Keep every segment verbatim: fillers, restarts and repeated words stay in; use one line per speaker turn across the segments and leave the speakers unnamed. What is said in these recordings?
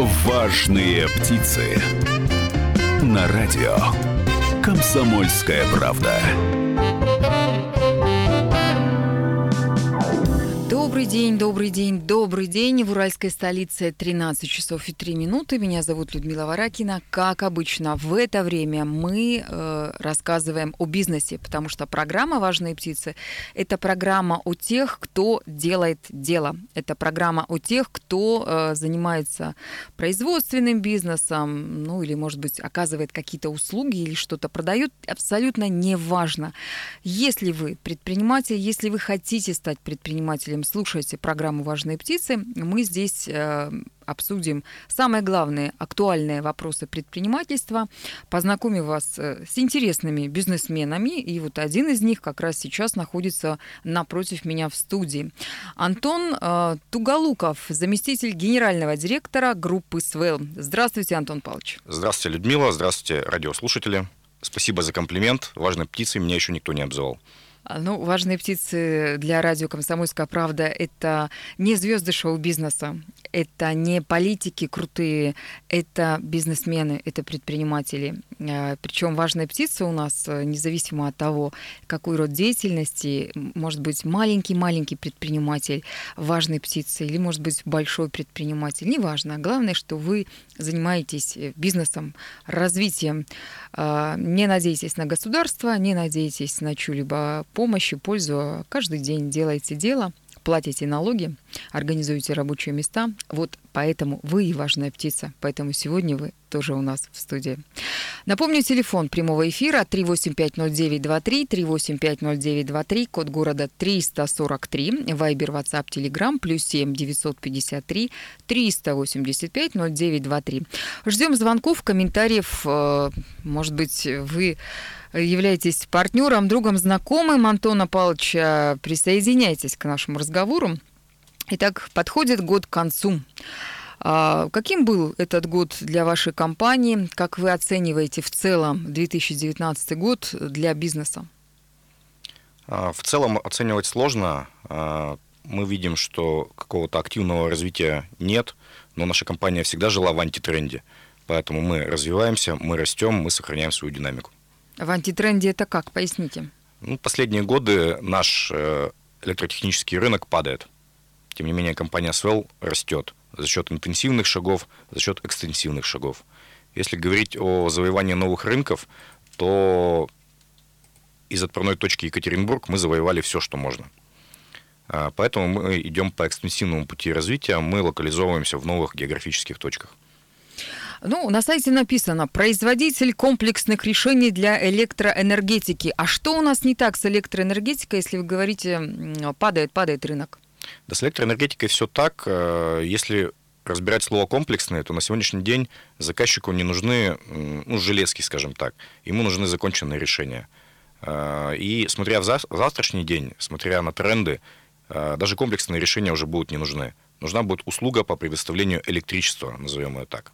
Важные птицы. На радио «Комсомольская правда».
Добрый день, добрый день, добрый день. В уральской столице тринадцать часов и три минуты. Меня зовут Людмила Варакина. Как обычно, в это время мы э, рассказываем о бизнесе, потому что программа «Важные птицы» — это программа о тех, кто делает дело. Это программа о тех, кто э, занимается производственным бизнесом, ну или, может быть, оказывает какие-то услуги или что-то продает. Абсолютно неважно. Если вы предприниматель, если вы хотите стать предпринимателем, слушайте программу «Важные птицы». Мы здесь э, обсудим самые главные актуальные вопросы предпринимательства, познакомим вас э, с интересными бизнесменами. И вот один из них как раз сейчас находится напротив меня в студии. Антон э, Туголуков, заместитель генерального директора группы «Свел». Здравствуйте, Антон Павлович.
Здравствуйте, Людмила. Здравствуйте, радиослушатели. Спасибо за комплимент. «Важные птицы» меня еще никто не обзывал.
Ну, «Важные птицы» для радио «Комсомольская правда» — это не звезды шоу-бизнеса, это не политики крутые, это бизнесмены, это предприниматели. Причем «Важные птицы» у нас, независимо от того, какой род деятельности, может быть маленький-маленький предприниматель «Важной птицы» или, может быть, большой предприниматель, неважно. Главное, что вы занимаетесь бизнесом, развитием. Не надейтесь на государство, не надейтесь на чью-либо помощь и пользу. Каждый день делайте дело, платите налоги, организуете рабочие места. Вот поэтому вы и «Важная птица». Поэтому сегодня вы тоже у нас в студии. Напомню, телефон прямого эфира три восемь пять ноль девять два три, три восемь пять ноль девять два три, код города триста сорок три, вайбер, ватсап, телеграм, плюс семь девятьсот пятьдесят три триста восемьдесят пять ноль девять два три. Ждем звонков, комментариев. Может быть, вы являетесь партнером, другом, знакомым Антона Павловича. Присоединяйтесь к нашему разговору. Итак, подходит год к концу. А каким был этот год для вашей компании? Как вы оцениваете в целом две тысячи девятнадцатый год для бизнеса?
В целом оценивать сложно. Мы видим, что какого-то активного развития нет, но наша компания всегда жила в антитренде. Поэтому мы развиваемся, мы растем, мы сохраняем свою динамику.
В антитренде это как? Поясните.
Ну, последние годы наш электротехнический рынок падает. Тем не менее, компания «Свел» растет за счет интенсивных шагов, за счет экстенсивных шагов. Если говорить о завоевании новых рынков, то из отправной точки Екатеринбург мы завоевали все, что можно. Поэтому мы идем по экстенсивному пути развития, мы локализовываемся в новых географических точках.
Ну, на сайте написано «Производитель комплексных решений для электроэнергетики». А что у нас не так с электроэнергетикой, если вы говорите, падает, падает рынок?
Да, с электроэнергетикой все так. Если разбирать слово «комплексные», то на сегодняшний день заказчику не нужны, ну, железки, скажем так. Ему нужны законченные решения. И смотря в завтрашний день, смотря на тренды, даже комплексные решения уже будут не нужны. Нужна будет услуга по предоставлению электричества, назовем ее так.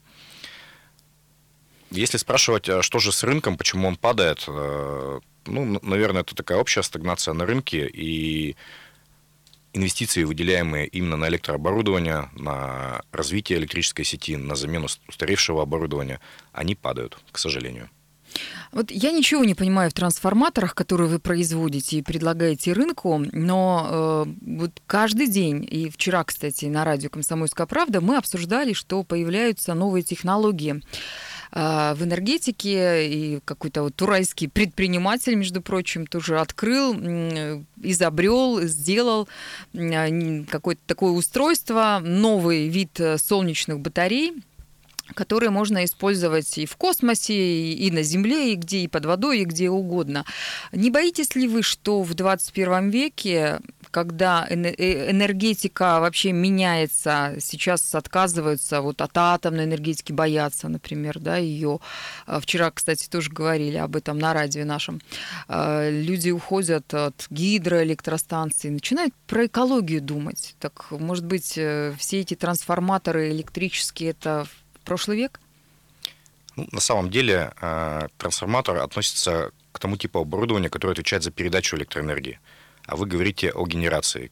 Если спрашивать, что же с рынком, почему он падает, ну, наверное, это такая общая стагнация на рынке, и инвестиции, выделяемые именно на электрооборудование, на развитие электрической сети, на замену устаревшего оборудования, они падают, к сожалению.
Вот я ничего не понимаю в трансформаторах, которые вы производите и предлагаете рынку, но э, вот каждый день, и вчера, кстати, на радио «Комсомольская правда» мы обсуждали, что появляются новые технологии в энергетике, и какой-то вот уральский предприниматель, между прочим, тоже открыл, изобрел, сделал какое-то такое устройство, новый вид солнечных батарей, которые можно использовать и в космосе, и на Земле, и где, и под водой, и где угодно. Не боитесь ли вы, что в двадцать первом веке, когда энергетика вообще меняется, сейчас отказываются вот от атомной энергетики, боятся, например, да, ее. Вчера, кстати, тоже говорили об этом на радио нашем. Люди уходят от гидроэлектростанций, начинают про экологию думать. Так, может быть, все эти трансформаторы электрические — это прошлый век?
Ну, на самом деле трансформатор относится к тому типу оборудования, которое отвечает за передачу электроэнергии. А вы говорите о генерации.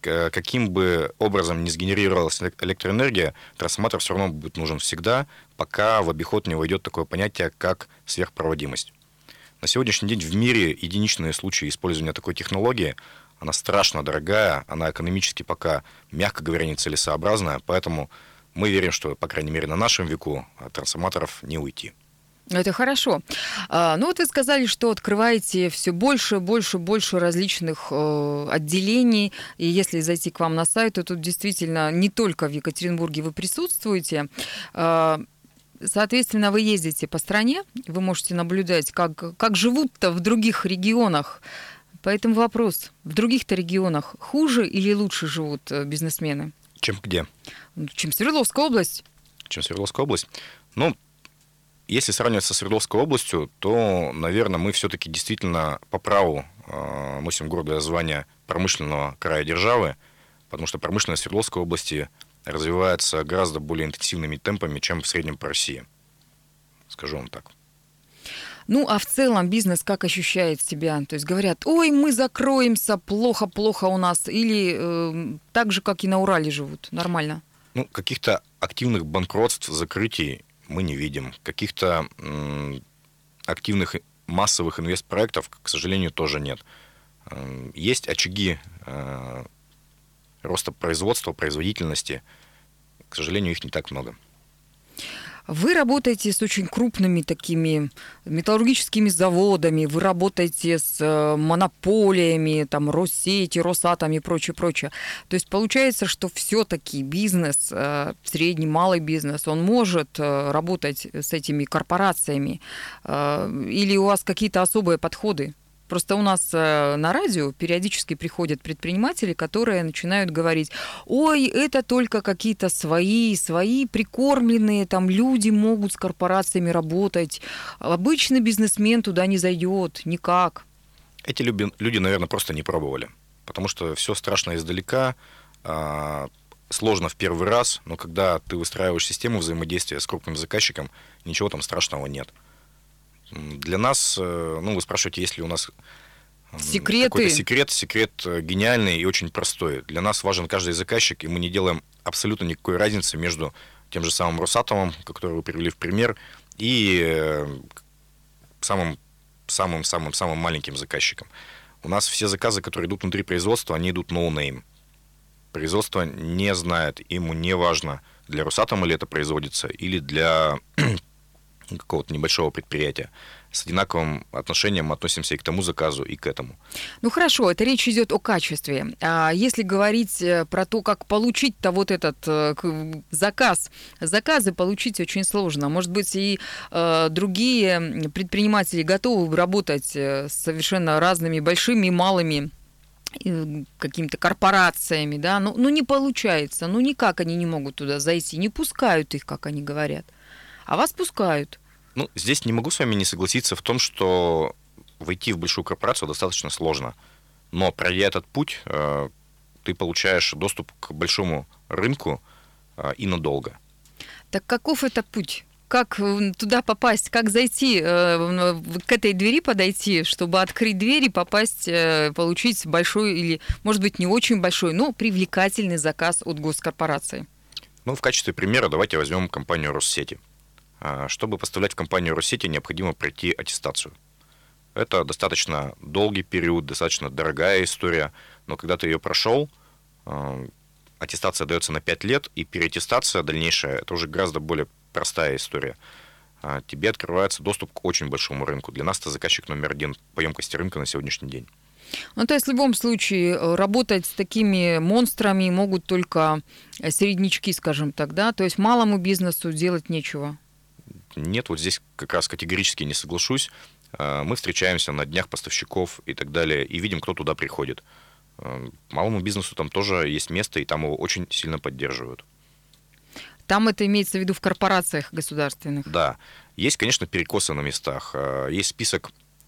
каким бы образом ни сгенерировалась электроэнергия, трансформатор все равно будет нужен всегда, пока в обиход не войдет такое понятие, как сверхпроводимость. На сегодняшний день в мире единичные случаи использования такой технологии. Она страшно дорогая, она экономически пока, мягко говоря, нецелесообразная, поэтому мы верим, что, по крайней мере, на нашем веку от трансформаторов не уйти.
Это хорошо. А, ну вот вы сказали, что открываете все больше, больше, больше различных э, отделений. И если зайти к вам на сайт, то тут действительно не только в Екатеринбурге вы присутствуете. А, соответственно, вы ездите по стране, вы можете наблюдать, как, как живут-то в других регионах. Поэтому вопрос, в других-то регионах хуже или лучше живут бизнесмены?
Чем где?
Чем Свердловская область.
Чем Свердловская область? Ну, если сравнивать со Свердловской областью, то, наверное, мы все-таки действительно по праву э, носим гордое звание промышленного края державы, потому что промышленность Свердловской области развивается гораздо более интенсивными темпами, чем в среднем по России. Скажу вам так.
Ну, а в целом бизнес как ощущает себя? То есть говорят, ой, мы закроемся, плохо-плохо у нас. Или э, так же, как и на Урале живут, нормально?
Ну, каких-то активных банкротств, закрытий мы не видим. Каких-то м, активных массовых инвестпроектов, к сожалению, тоже нет. Есть очаги э, роста производства, производительности. К сожалению, их не так много.
Вы работаете с очень крупными такими металлургическими заводами, вы работаете с монополиями, там, Россети, Росатом и прочее, прочее. То есть получается, что все-таки бизнес, средний, малый бизнес, он может работать с этими корпорациями? Или у вас какие-то особые подходы? Просто у нас на радио периодически приходят предприниматели, которые начинают говорить, ой, это только какие-то свои, свои прикормленные там люди могут с корпорациями работать. Обычный бизнесмен туда не зайдет, никак.
Эти люди, люди, наверное, просто не пробовали, потому что все страшно издалека, сложно в первый раз, но когда ты выстраиваешь систему взаимодействия с крупным заказчиком, ничего там страшного нет. Для нас, ну, вы спрашиваете, есть ли у нас
Секреты.
какой-то секрет, секрет гениальный и очень простой. Для нас важен каждый заказчик, и мы не делаем абсолютно никакой разницы между тем же самым Росатомом, который вы привели в пример, и самым, самым, самым, самым маленьким заказчиком. У нас все заказы, которые идут внутри производства, они идут no name. Производство не знает, ему не важно, для Росатома ли это производится, или для какого-то небольшого предприятия. С одинаковым отношением мы относимся и к тому заказу, и к этому.
Ну хорошо, это речь идет о качестве. А если говорить про то, как получить-то вот этот заказ, заказы получить очень сложно. Может быть, и э, другие предприниматели готовы работать с совершенно разными большими и малыми какими-то корпорациями, да, ну, ну не получается, ну никак они не могут туда зайти, не пускают их, как они говорят. А вас пускают.
Ну, здесь не могу с вами не согласиться в том, что войти в большую корпорацию достаточно сложно. Но пройдя этот путь, ты получаешь доступ к большому рынку и надолго.
Так каков это путь? Как туда попасть? Как зайти, к этой двери подойти, чтобы открыть дверь и попасть, получить большой или, может быть, не очень большой, но привлекательный заказ от госкорпорации?
Ну, в качестве примера давайте возьмем компанию Россети. Чтобы поставлять в компанию Россети, необходимо пройти аттестацию. Это достаточно долгий период, достаточно дорогая история, но когда ты ее прошел, аттестация дается на пять лет, и переаттестация дальнейшая, это уже гораздо более простая история. Тебе открывается доступ к очень большому рынку. Для нас это заказчик номер один по емкости рынка на сегодняшний день.
Ну, то есть в любом случае работать с такими монстрами могут только середнячки, скажем так, да? То есть малому бизнесу делать нечего.
Нет, вот здесь как раз категорически не соглашусь. Мы встречаемся на днях поставщиков и так далее, и видим, кто туда приходит. Малому бизнесу там тоже есть место, и там его очень сильно поддерживают.
Там это имеется в виду в корпорациях государственных?
Да. Есть, конечно, перекосы на местах. Есть список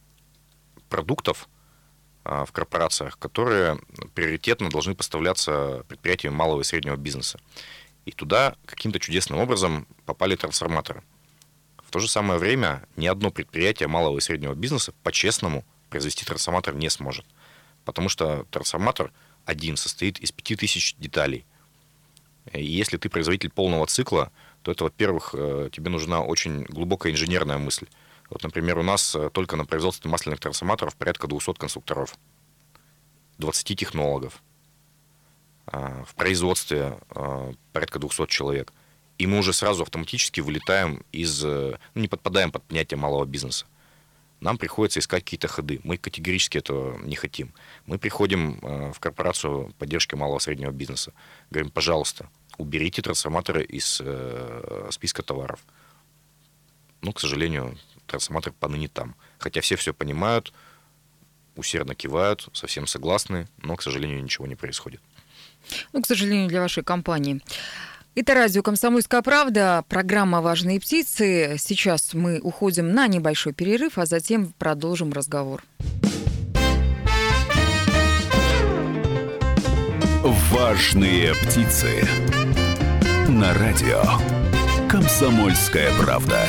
продуктов в корпорациях, которые приоритетно должны поставляться предприятиям малого и среднего бизнеса. И туда каким-то чудесным образом попали трансформаторы. В то же самое время ни одно предприятие малого и среднего бизнеса по-честному произвести трансформатор не сможет. Потому что трансформатор один состоит из пяти тысяч деталей. И если ты производитель полного цикла, то это, во-первых, тебе нужна очень глубокая инженерная мысль. Вот, например, у нас только на производстве масляных трансформаторов порядка двухсот конструкторов, двадцати технологов. В производстве порядка двухсот человек. И мы уже сразу автоматически вылетаем из... Ну, не подпадаем под понятие малого бизнеса. Нам приходится искать какие-то ходы. Мы категорически этого не хотим. Мы приходим в корпорацию поддержки малого и среднего бизнеса. Говорим, пожалуйста, уберите трансформаторы из списка товаров. Но, к сожалению, трансформаторы поныне там. Хотя все все понимают, усердно кивают, совсем согласны, но, к сожалению, ничего не происходит.
Ну, к сожалению, для вашей компании. Это радио «Комсомольская правда», программа «Важные птицы». Сейчас мы уходим на небольшой перерыв, а затем продолжим разговор.
«Важные птицы» на радио «Комсомольская правда».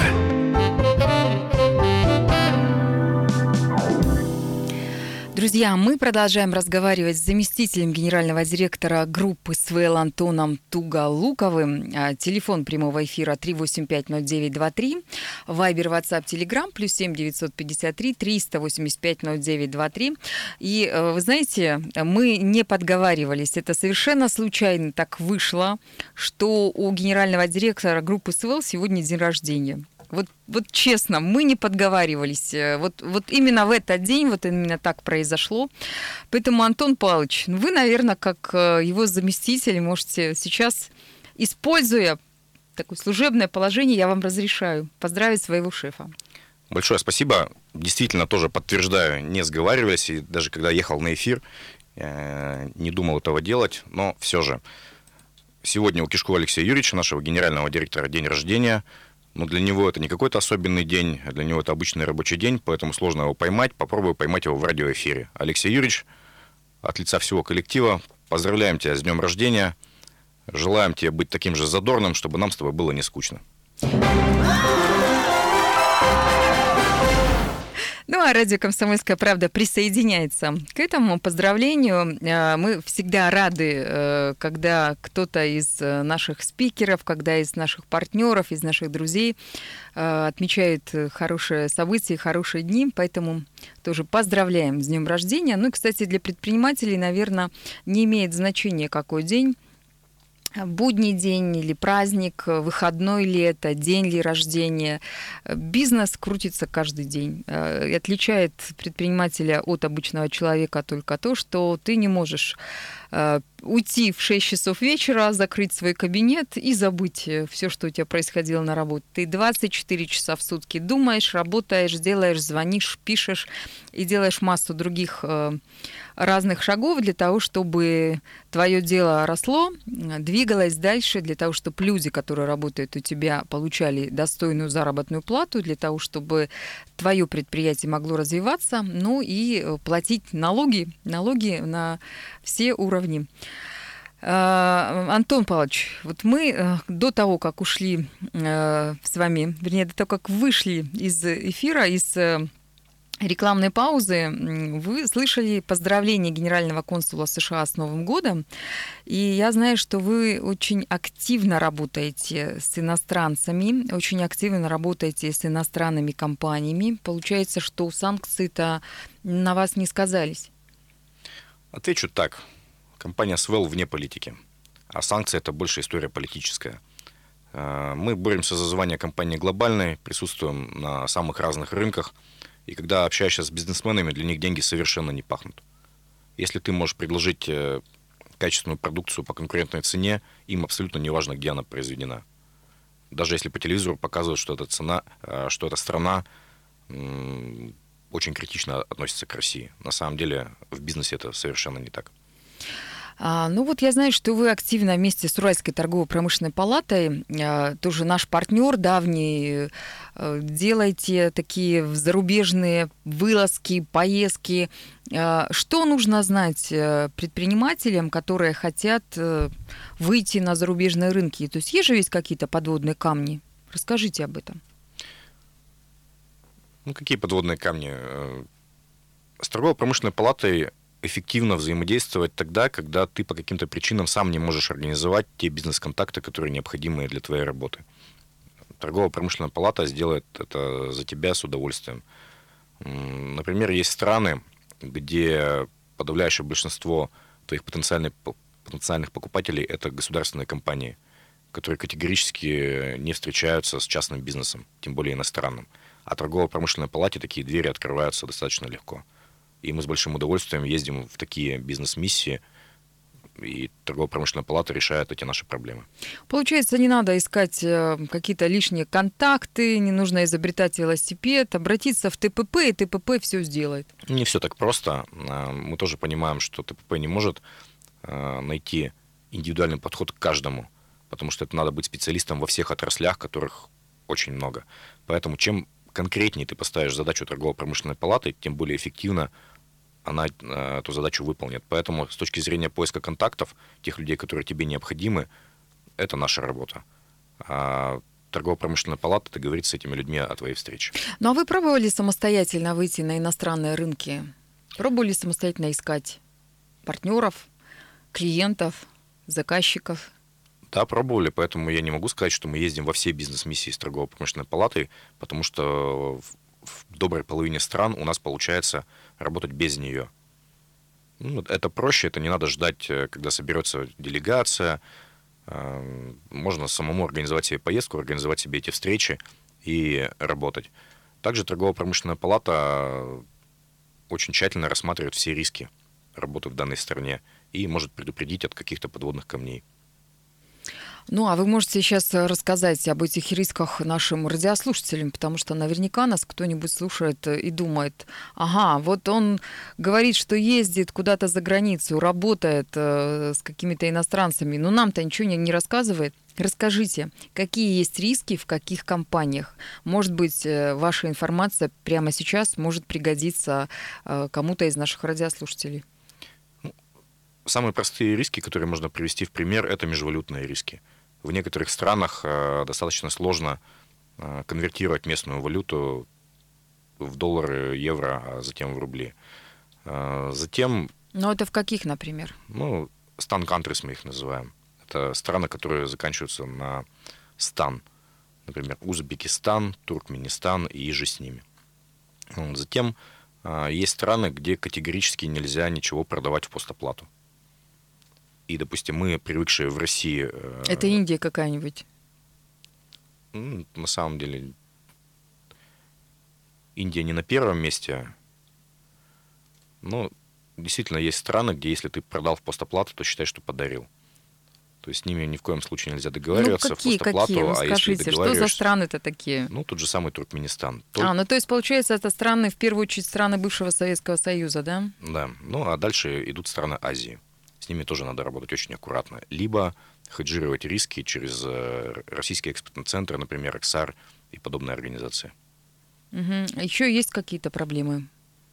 Друзья, мы продолжаем разговаривать с заместителем генерального директора группы СВЛ Антоном Туголуковым. Телефон прямого эфира три восемь пять ноль девять два три. Вайбер, Ватсап, Телеграм плюс семь девятьсот пятьдесят три триста восемьдесят пять ноль девять два три. И вы знаете, мы не подговаривались. Это совершенно случайно так вышло, что у генерального директора группы СВЛ сегодня день рождения. Вот, вот честно, мы не подговаривались. Вот, вот именно в этот день, вот именно так произошло. Поэтому, Антон Павлович, вы, наверное, как его заместитель, можете сейчас, используя такое служебное положение, я вам разрешаю поздравить своего шефа.
Большое спасибо. Действительно, тоже подтверждаю, не сговаривались. И даже когда ехал на эфир, не думал этого делать. Но все же, сегодня у Кишкова Алексея Юрьевича, нашего генерального директора, день рождения. Но для него это не какой-то особенный день, для него это обычный рабочий день, поэтому сложно его поймать. Попробую поймать его в радиоэфире. Алексей Юрьевич, от лица всего коллектива, поздравляем тебя с днем рождения. Желаем тебе быть таким же задорным, чтобы нам с тобой было не скучно.
Ну, а радио «Комсомольская правда» присоединяется к этому поздравлению. Мы всегда рады, когда кто-то из наших спикеров, когда из наших партнеров, из наших друзей отмечает хорошие события, хорошие дни, поэтому тоже поздравляем с днем рождения. Ну и, кстати, для предпринимателей, наверное, не имеет значения, какой день. Будний день или праздник, выходной ли это, день ли рождения. Бизнес крутится каждый день. И отличает предпринимателя от обычного человека только то, что ты не можешь уйти в шесть часов вечера, закрыть свой кабинет и забыть все, что у тебя происходило на работе. Ты двадцать четыре часа в сутки думаешь, работаешь, делаешь, звонишь, пишешь и делаешь массу других разных шагов для того, чтобы твое дело росло, двигалось дальше, для того, чтобы люди, которые работают у тебя, получали достойную заработную плату, для того, чтобы твое предприятие могло развиваться, ну и платить налоги, налоги на все уровни. Антон Павлович, вот мы до того, как ушли с вами, вернее, до того, как вышли из эфира, из рекламной паузы, вы слышали поздравления генерального консула США с Новым годом. И я знаю, что вы очень активно работаете с иностранцами, очень активно работаете с иностранными компаниями. Получается, что санкции-то на вас не сказались.
Отвечу так. Компания СВЛ вне политики, а санкции – это больше история политическая. Мы боремся за звание компании глобальной, присутствуем на самых разных рынках, и когда общаешься с бизнесменами, для них деньги совершенно не пахнут. Если ты можешь предложить качественную продукцию по конкурентной цене, им абсолютно не важно, где она произведена. Даже если по телевизору показывают, что эта цена, что эта страна очень критично относится к России. На самом деле в бизнесе это совершенно не так.
А, ну вот я знаю, что вы активно вместе с Уральской торгово-промышленной палатой, а, тоже наш партнер давний, а, делаете такие зарубежные вылазки, поездки. А, что нужно знать предпринимателям, которые хотят выйти на зарубежные рынки? То есть есть же есть какие-то подводные камни? Расскажите об этом.
Ну, какие подводные камни? С торгово-промышленной палатой эффективно взаимодействовать тогда, когда ты по каким-то причинам сам не можешь организовать те бизнес-контакты, которые необходимы для твоей работы. Торгово-промышленная палата сделает это за тебя с удовольствием. Например, есть страны, где подавляющее большинство твоих потенциальных, потенциальных покупателей – это государственные компании, которые категорически не встречаются с частным бизнесом, тем более иностранным. А торгово-промышленной палате такие двери открываются достаточно легко. И мы с большим удовольствием ездим в такие бизнес-миссии, и торгово-промышленная палата решает эти наши проблемы.
Получается, не надо искать какие-то лишние контакты, не нужно изобретать велосипед, обратиться в ТПП, и ТПП все сделает.
Не все так просто. Мы тоже понимаем, что ТПП не может найти индивидуальный подход к каждому, потому что это надо быть специалистом во всех отраслях, которых очень много. Поэтому чем конкретнее ты поставишь задачу торгово-промышленной палаты, тем более эффективно она э, эту задачу выполнит. Поэтому с точки зрения поиска контактов, тех людей, которые тебе необходимы, это наша работа. А торгово-промышленная палата договорится с этими людьми о твоей встрече.
Ну а вы пробовали самостоятельно выйти на иностранные рынки? Пробовали самостоятельно искать партнеров, клиентов, заказчиков?
Да, пробовали, поэтому я не могу сказать, что мы ездим во все бизнес-миссии с торгово-промышленной палатой, потому что в доброй половине стран у нас получается работать без нее. Ну, это проще, это не надо ждать, когда соберется делегация. Можно самому организовать себе поездку, организовать себе эти встречи и работать. Также торгово-промышленная палата очень тщательно рассматривает все риски работы в данной стране и может предупредить от каких-то подводных камней.
Ну, а вы можете сейчас рассказать об этих рисках нашим радиослушателям, потому что наверняка нас кто-нибудь слушает и думает, ага, вот он говорит, что ездит куда-то за границу, работает э, с какими-то иностранцами, но нам-то ничего не, не рассказывает. Расскажите, какие есть риски в каких компаниях? Может быть, ваша информация прямо сейчас может пригодиться э, кому-то из наших радиослушателей?
Самые простые риски, которые можно привести в пример, это межвалютные риски. В некоторых странах достаточно сложно конвертировать местную валюту в доллары, евро, а затем в рубли. Затем...
Но это в каких, например?
Ну, стан countries мы их называем. Это страны, которые заканчиваются на стан. Например, Узбекистан, Туркменистан и же с ними. Затем есть страны, где категорически нельзя ничего продавать в постоплату. И, допустим, мы, привыкшие в России...
Это Индия какая-нибудь?
Ну, на самом деле, Индия не на первом месте. Но действительно есть страны, где если ты продал в постоплату, то считай, что подарил. То есть с ними ни в коем случае нельзя договариваться
ну, какие,
в постоплату.
Какие? Ну,
а
скажите,
если договариваешься...
что за страны-то такие?
Ну, тот же самый Туркменистан.
А, ну то есть, получается, это страны, в первую очередь, страны бывшего Советского Союза, да?
Да. Ну, а дальше идут страны Азии. С ними тоже надо работать очень аккуратно. Либо хеджировать риски через российские экспортные центры, например, Эксар и подобные организации.
Угу. Еще есть какие-то проблемы?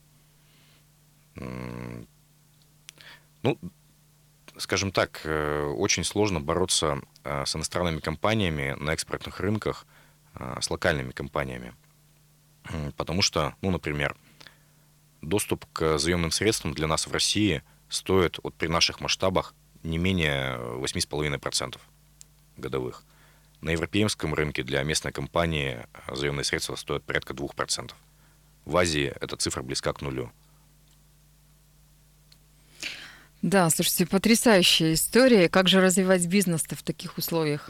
Ну, скажем так, очень сложно бороться с иностранными компаниями на экспортных рынках, с локальными компаниями. Потому что, ну, например, доступ к заемным средствам для нас в России стоит вот при наших масштабах не менее восемь целых пять десятых процента годовых. На европейском рынке для местной компании заемные средства стоят порядка два процента. В Азии эта цифра близка к нулю.
Да, слушайте, потрясающая история. Как же развивать бизнес-то в таких условиях?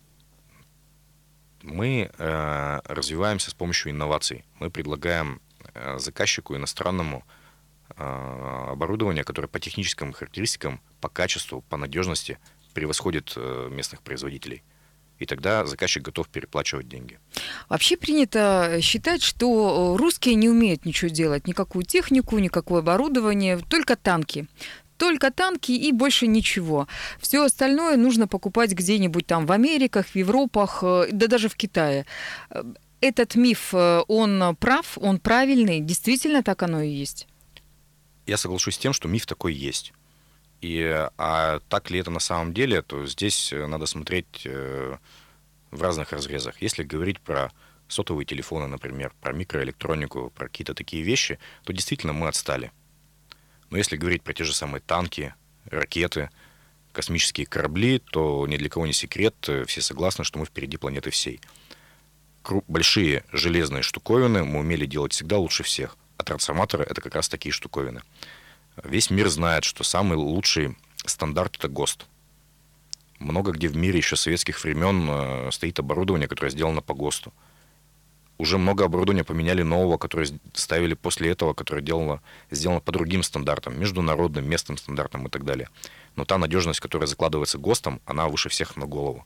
Мы э, развиваемся с помощью инноваций. Мы предлагаем э, заказчику иностранному оборудование, которое по техническим характеристикам, по качеству, по надежности превосходит местных производителей. И тогда заказчик готов переплачивать деньги.
Вообще принято считать, что русские не умеют ничего делать, никакую технику, никакое оборудование, только танки. Только танки и больше ничего. Все остальное нужно покупать где-нибудь там в Америках, в Европах, да даже в Китае. Этот миф, он прав, он правильный, действительно так оно и есть?
Я соглашусь с тем, что миф такой есть. И, а так ли это на самом деле, то здесь надо смотреть в разных разрезах. Если говорить про сотовые телефоны, например, про микроэлектронику, про какие-то такие вещи, то действительно мы отстали. Но если говорить про те же самые танки, ракеты, космические корабли, то ни для кого не секрет, все согласны, что мы впереди планеты всей. Большие железные штуковины мы умели делать всегда лучше всех, а трансформаторы — это как раз такие штуковины. Весь мир знает, что самый лучший стандарт — это ГОСТ. Много где в мире еще с советских времен стоит оборудование, которое сделано по ГОСТу. Уже много оборудования поменяли нового, которое ставили после этого, которое делало, сделано по другим стандартам, международным, местным стандартам и так далее. Но та надежность, которая закладывается ГОСТом, она выше всех на голову.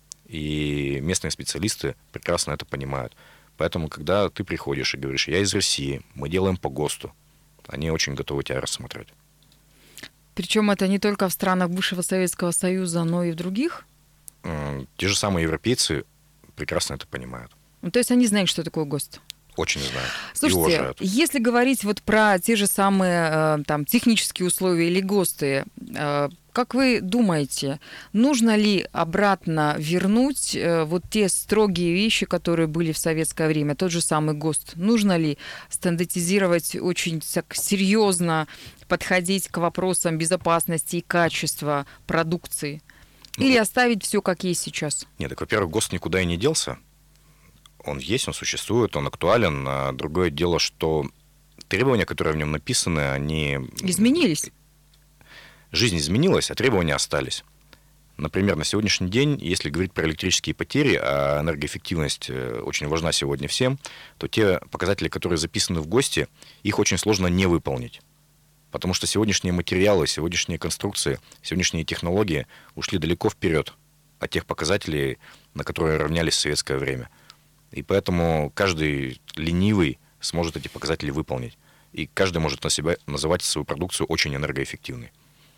И местные специалисты прекрасно это понимают. Поэтому, когда ты приходишь и говоришь: я из России, мы делаем по ГОСТу, они очень готовы тебя рассмотреть.
Причем это не только в странах бывшего Советского Союза, но и в других?
Те же самые европейцы прекрасно это понимают.
Ну, то есть они знают, что такое ГОСТ?
Очень знают.
Слушайте,
и уважают.
Если говорить вот про те же самые там, технические условия или ГОСТы, как вы думаете, нужно ли обратно вернуть вот те строгие вещи, которые были в советское время, тот же самый ГОСТ? Нужно ли стандартизировать, очень так серьезно подходить к вопросам безопасности и качества продукции? Или ну, оставить все как есть сейчас?
Нет, так, во-первых, ГОСТ никуда и не делся. Он есть, он существует, он актуален. А другое дело, что требования, которые в нем написаны, они...
Изменились.
Жизнь изменилась, а требования остались. Например, на сегодняшний день, если говорить про электрические потери, а энергоэффективность очень важна сегодня всем, то те показатели, которые записаны в ГОСТе, их очень сложно не выполнить. Потому что сегодняшние материалы, сегодняшние конструкции, сегодняшние технологии ушли далеко вперед от тех показателей, на которые равнялись в советское время. И поэтому каждый ленивый сможет эти показатели выполнить. И каждый может на себя называть свою продукцию очень энергоэффективной.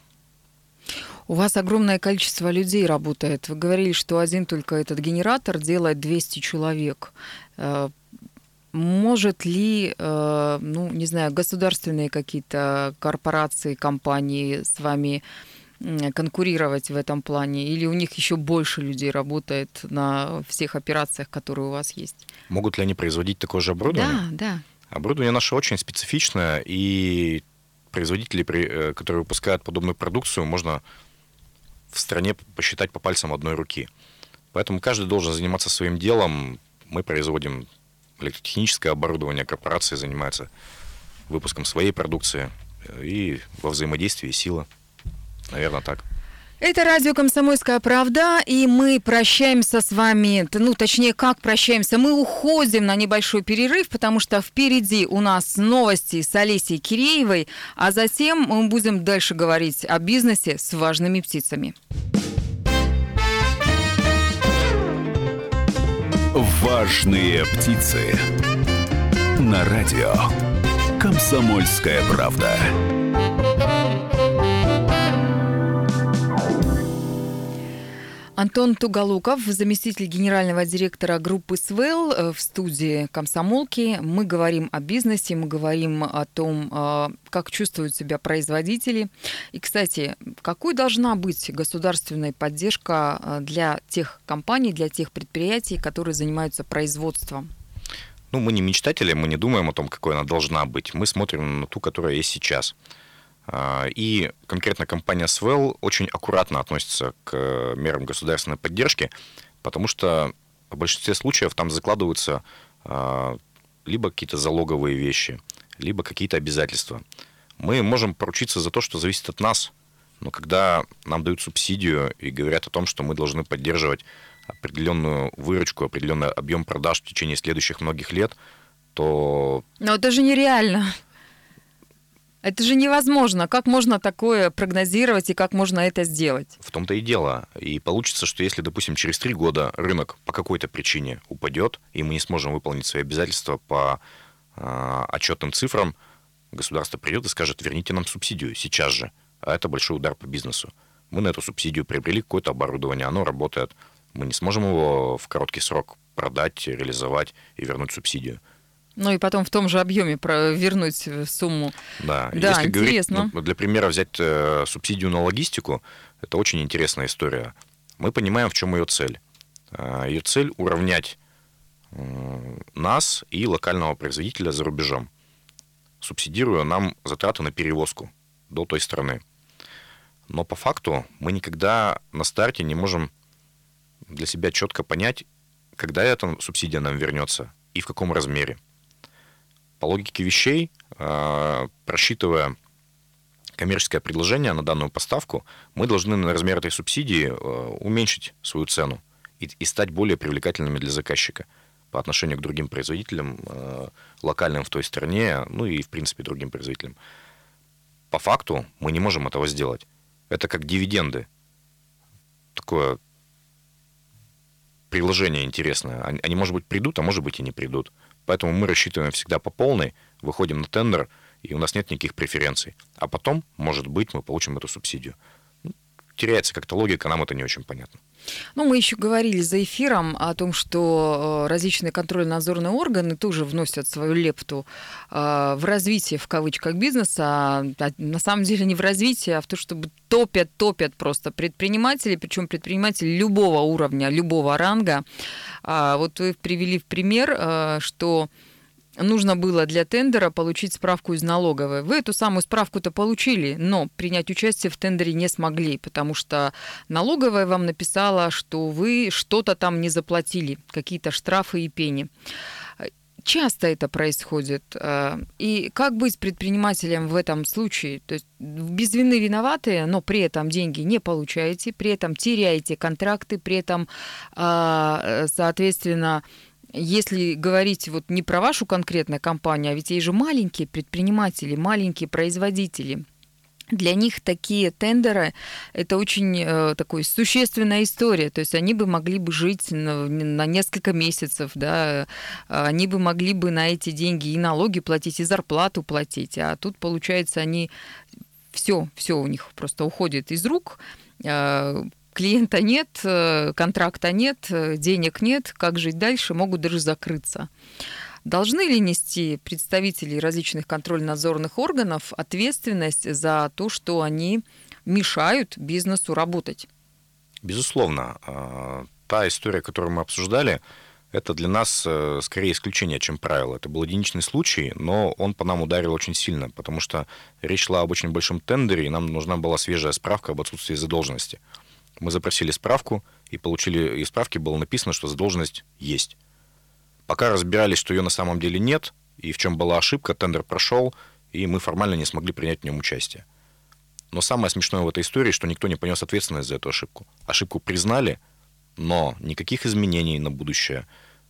У вас огромное количество людей работает. Вы говорили, что один только этот генератор делает двести человек. Может ли, ну, не знаю, государственные какие-то корпорации, компании с вами конкурировать в этом плане? Или у них еще больше людей работает на всех операциях, которые у вас есть?
Могут ли они производить такое же оборудование?
Да, да.
Оборудование наше очень специфичное, и производителей, которые выпускают подобную продукцию, можно в стране посчитать по пальцам одной руки. Поэтому каждый должен заниматься своим делом. Мы производим электротехническое оборудование, корпорации занимаются выпуском своей продукции, и во взаимодействии сила. Наверное, так.
Это радио «Комсомольская правда», и мы прощаемся с вами, ну, точнее, как прощаемся, мы уходим на небольшой перерыв, потому что впереди у нас новости с Олесей Киреевой, а затем мы будем дальше говорить о бизнесе с важными птицами.
Важные птицы. На радио «Комсомольская правда».
Антон Туголуков, заместитель генерального директора группы «Свел», в студии «Комсомолки». Мы говорим о бизнесе, мы говорим о том, как чувствуют себя производители. И, кстати, какой должна быть государственная поддержка для тех компаний, для тех предприятий, которые занимаются производством?
Ну, мы не мечтатели, мы не думаем о том, какой она должна быть. Мы смотрим на ту, которая есть сейчас. И конкретно компания Swell очень аккуратно относится к мерам государственной поддержки, потому что в большинстве случаев там закладываются либо какие-то залоговые вещи, либо какие-то обязательства. Мы можем поручиться за то, что зависит от нас, но когда нам дают субсидию и говорят о том, что мы должны поддерживать определенную выручку, определенный объем продаж в течение следующих многих лет, то...
Но это же нереально. Это же невозможно. Как можно такое прогнозировать и как можно это сделать?
В том-то и дело. И получится, что если, допустим, через три года рынок по какой-то причине упадет, и мы не сможем выполнить свои обязательства по э, отчетным цифрам, государство придет и скажет: верните нам субсидию сейчас же. А это большой удар по бизнесу. Мы на эту субсидию приобрели какое-то оборудование, оно работает. Мы не сможем его в короткий срок продать, реализовать и вернуть субсидию.
Ну и потом в том же объеме вернуть сумму.
Да,
да,
если
интересно.
Говорить, ну, для примера взять э, субсидию на логистику, это очень интересная история. Мы понимаем, в чем ее цель. Э, ее цель уравнять э, нас и локального производителя за рубежом, субсидируя нам затраты на перевозку до той страны. Но по факту мы никогда на старте не можем для себя четко понять, когда эта субсидия нам вернется и в каком размере. По логике вещей, просчитывая коммерческое предложение на данную поставку, мы должны на размер этой субсидии уменьшить свою цену и, и стать более привлекательными для заказчика по отношению к другим производителям, локальным в той стране, ну и, в принципе, другим производителям. По факту мы не можем этого сделать. Это как дивиденды. Такое приложение интересное. Они, они, может быть, придут, а может быть, и не придут. Поэтому мы рассчитываем всегда по полной, выходим на тендер, и у нас нет никаких преференций. А потом, может быть, мы получим эту субсидию. Теряется как-то логика, нам это не очень понятно.
Ну, мы еще говорили за эфиром о том, что различные контрольно-надзорные органы тоже вносят свою лепту в развитие, в кавычках, бизнеса. А на самом деле не в развитие, а в то, чтобы топят, топят просто предприниматели, причем предприниматели любого уровня, любого ранга. Вот вы привели в пример, что нужно было для тендера получить справку из налоговой. Вы эту самую справку-то получили, но принять участие в тендере не смогли, потому что налоговая вам написала, что вы что-то там не заплатили, какие-то штрафы и пени. Часто это происходит. И как быть предпринимателем в этом случае? То есть без вины виноватые, но при этом деньги не получаете, при этом теряете контракты, при этом, соответственно, если говорить вот не про вашу конкретную компанию, а ведь есть же маленькие предприниматели, маленькие производители. Для них такие тендеры – это очень э, такой существенная история. То есть они бы могли бы жить на, на несколько месяцев, да? Они бы могли бы на эти деньги и налоги платить, и зарплату платить. А тут, получается, они все, все у них просто уходит из рук. Э, Клиента нет, контракта нет, денег нет, как жить дальше, могут даже закрыться. Должны ли нести представители различных контрольно-надзорных органов ответственность за то, что они мешают бизнесу работать?
Безусловно. Та история, которую мы обсуждали, это для нас скорее исключение, чем правило. Это был единичный случай, но он по нам ударил очень сильно, потому что речь шла об очень большом тендере, и нам нужна была свежая справка об отсутствии задолженности. Мы запросили справку и получили, и в справке было написано, что задолженность есть. Пока разбирались, что ее на самом деле нет, и в чем была ошибка, тендер прошел, и мы формально не смогли принять в нем участие. Но самое смешное в этой истории, что никто не понес ответственность за эту ошибку. Ошибку признали, но никаких изменений на будущее,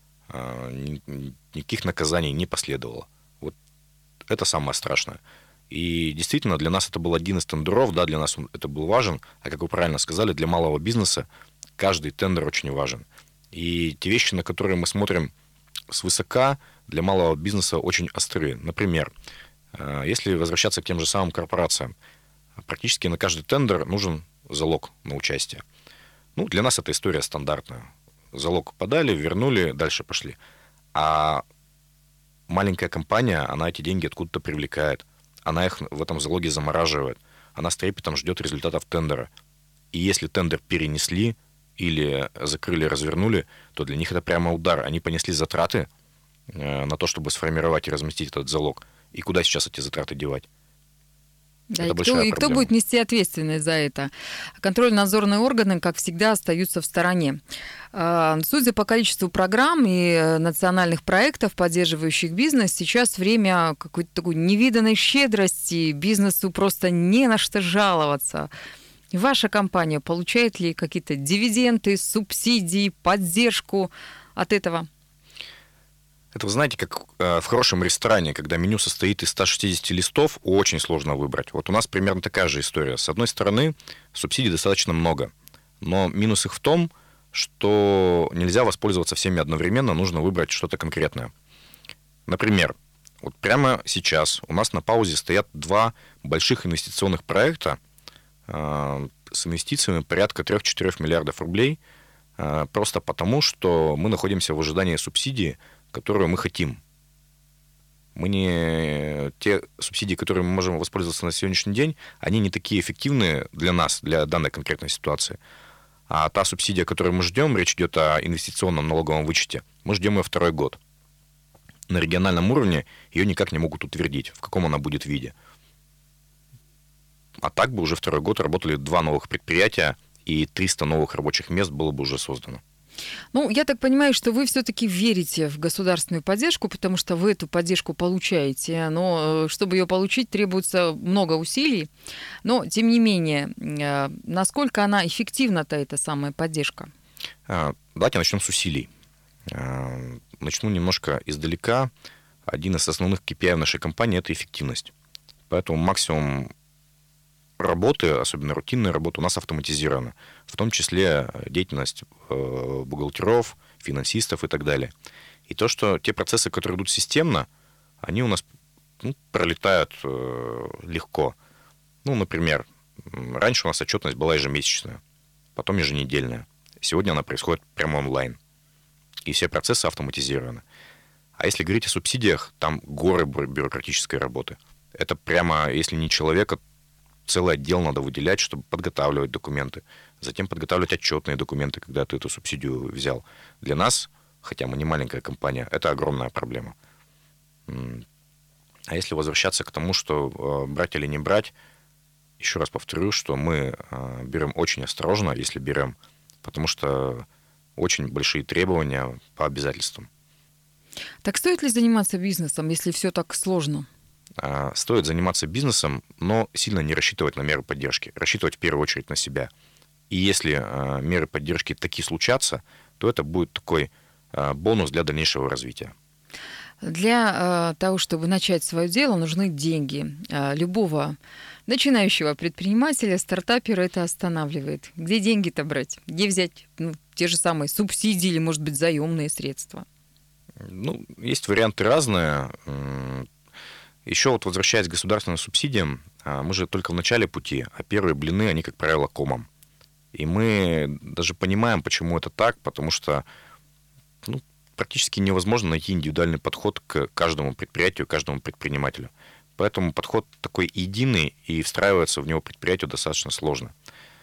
никаких наказаний не последовало. Вот это самое страшное. И действительно, для нас это был один из тендеров, да, для нас это был важен, а как вы правильно сказали, для малого бизнеса каждый тендер очень важен. И те вещи, на которые мы смотрим свысока, для малого бизнеса очень острые. Например, если возвращаться к тем же самым корпорациям, практически на каждый тендер нужен залог на участие. Ну, для нас эта история стандартная. Залог подали, вернули, дальше пошли. А маленькая компания, она эти деньги откуда-то привлекает. Она их в этом залоге замораживает. Она с трепетом ждет результатов тендера. И если тендер перенесли или закрыли, развернули, то для них это прямо удар. Они понесли затраты на то, чтобы сформировать и разместить этот залог. И куда сейчас эти затраты девать?
Да, и, кто, и кто будет нести ответственность за это? Контрольно-надзорные органы, как всегда, остаются в стороне. Судя по количеству программ и национальных проектов, поддерживающих бизнес, сейчас время какой-то такой невиданной щедрости, бизнесу просто не на что жаловаться. Ваша компания получает ли какие-то дивиденды, субсидии, поддержку от этого?
Это, вы знаете, как в хорошем ресторане, когда меню состоит из ста шестидесяти листов, очень сложно выбрать. Вот у нас примерно такая же история. С одной стороны, субсидий достаточно много, но минус их в том, что нельзя воспользоваться всеми одновременно, нужно выбрать что-то конкретное. Например, вот прямо сейчас у нас на паузе стоят два больших инвестиционных проекта э, с инвестициями порядка три-четыре миллиардов рублей, э, просто потому, что мы находимся в ожидании субсидии, которую мы хотим. Мы не... Те субсидии, которые мы можем воспользоваться на сегодняшний день, они не такие эффективные для нас, для данной конкретной ситуации. А та субсидия, которую мы ждем, речь идет о инвестиционном налоговом вычете, мы ждем ее второй год. На региональном уровне ее никак не могут утвердить, в каком она будет виде. А так бы уже второй год работали два новых предприятия, и триста новых рабочих мест было бы уже создано.
Ну, я так понимаю, что вы все-таки верите в государственную поддержку, потому что вы эту поддержку получаете, но чтобы ее получить, требуется много усилий. Но, тем не менее, насколько она эффективна-то, эта самая поддержка?
Давайте начнем с усилий. Начну немножко издалека. Один из основных кей пи ай в нашей компании – это эффективность. Поэтому максимум работы, особенно рутинная работа, у нас автоматизирована. В том числе деятельность бухгалтеров, финансистов и так далее. И то, что те процессы, которые идут системно, они у нас ну, пролетают легко. Ну, например, раньше у нас отчетность была ежемесячная, потом еженедельная. Сегодня она происходит прямо онлайн. И все процессы автоматизированы. А если говорить о субсидиях, там горы бюрократической работы. Это прямо, если не человека, целый отдел надо выделять, чтобы подготавливать документы. Затем подготавливать отчетные документы, когда ты эту субсидию взял. Для нас, хотя мы не маленькая компания, это огромная проблема. А если возвращаться к тому, что брать или не брать, еще раз повторю, что мы берем очень осторожно, если берем, потому что очень большие требования по обязательствам.
Так стоит ли заниматься бизнесом, если все так сложно?
Стоит заниматься бизнесом, но сильно не рассчитывать на меры поддержки. Рассчитывать в первую очередь на себя. И если меры поддержки таки случатся, то это будет такой бонус для дальнейшего развития.
Для того, чтобы начать свое дело, нужны деньги. Любого начинающего предпринимателя, стартапера это останавливает. Где деньги-то брать? Где взять ну, те же самые субсидии или, может быть, заемные средства?
Ну, есть варианты разные. Еще вот возвращаясь к государственным субсидиям, мы же только в начале пути, а первые блины, они, как правило, комом. И мы даже понимаем, почему это так, потому что ну, практически невозможно найти индивидуальный подход к каждому предприятию, каждому предпринимателю. Поэтому подход такой единый, и встраиваться в него предприятию достаточно сложно.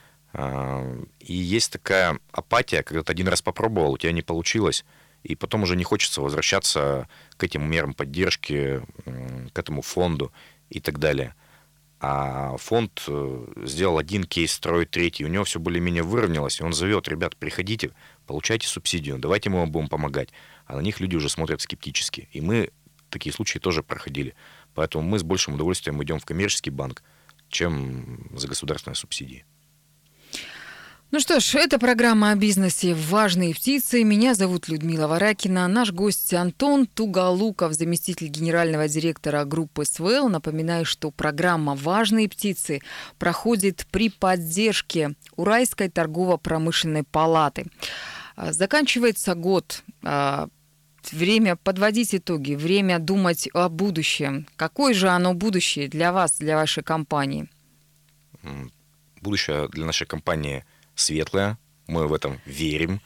И есть такая апатия, когда ты один раз попробовал, у тебя не получилось, и потом уже не хочется возвращаться к этим мерам поддержки, к этому фонду и так далее. А фонд сделал один кейс, строит третий, у него все более-менее выровнялось, и он зовет: ребят, приходите, получайте субсидию, давайте мы вам будем помогать. А на них люди уже смотрят скептически. И мы такие случаи тоже проходили. Поэтому мы с большим удовольствием идем в коммерческий банк, чем за государственные субсидии.
Ну что ж, это программа о бизнесе «Важные птицы». Меня зовут Людмила Варакина. Наш гость Антон Туголуков, заместитель генерального директора группы СВЭЛ. Напоминаю, что программа «Важные птицы» проходит при поддержке Уральской торгово-промышленной палаты. Заканчивается год. Время подводить итоги, время думать о будущем. Какое же оно будущее для вас, для вашей компании?
Будущее для нашей компании светлое, мы в этом верим.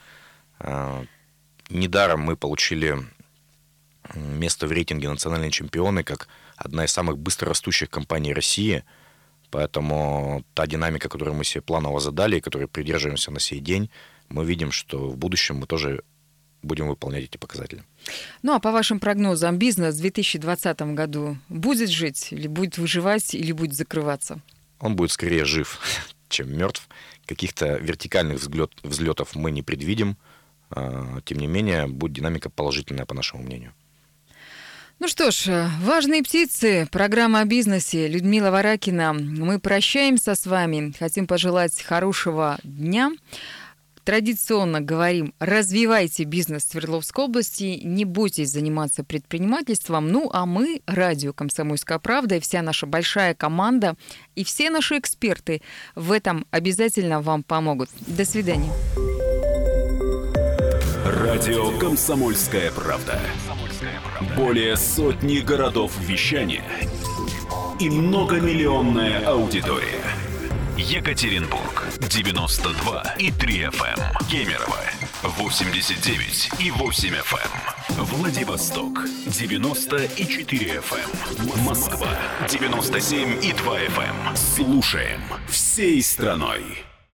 Недаром мы получили место в рейтинге «Национальные чемпионы» как одна из самых быстрорастущих компаний России. Поэтому та динамика, которую мы себе планово задали и которой придерживаемся на сей день, мы видим, что в будущем мы тоже будем выполнять эти показатели.
Ну а по вашим прогнозам, бизнес в две тысячи двадцатом году будет жить, или будет выживать, или будет закрываться?
Он будет скорее жив, чем мертв. Каких-то вертикальных взлет, взлетов мы не предвидим. Тем не менее, будет динамика положительная, по нашему мнению.
Ну что ж, «Важные птицы», программа о бизнесе. Людмила Варакина. Мы прощаемся с вами. Хотим пожелать хорошего дня. Традиционно говорим: развивайте бизнес в Свердловской области, не бойтесь заниматься предпринимательством. Ну а мы, радио «Комсомольская правда», и вся наша большая команда, и все наши эксперты в этом обязательно вам помогут. До свидания.
Радио «Комсомольская правда». Более сотни городов вещания и многомиллионная аудитория. Екатеринбург девяносто два и три эф эм, Кемерово восемьдесят девять и восемь эф эм, Владивосток девяносто и четыре эф эм, Москва девяносто семь и два эф эм. Слушаем всей страной.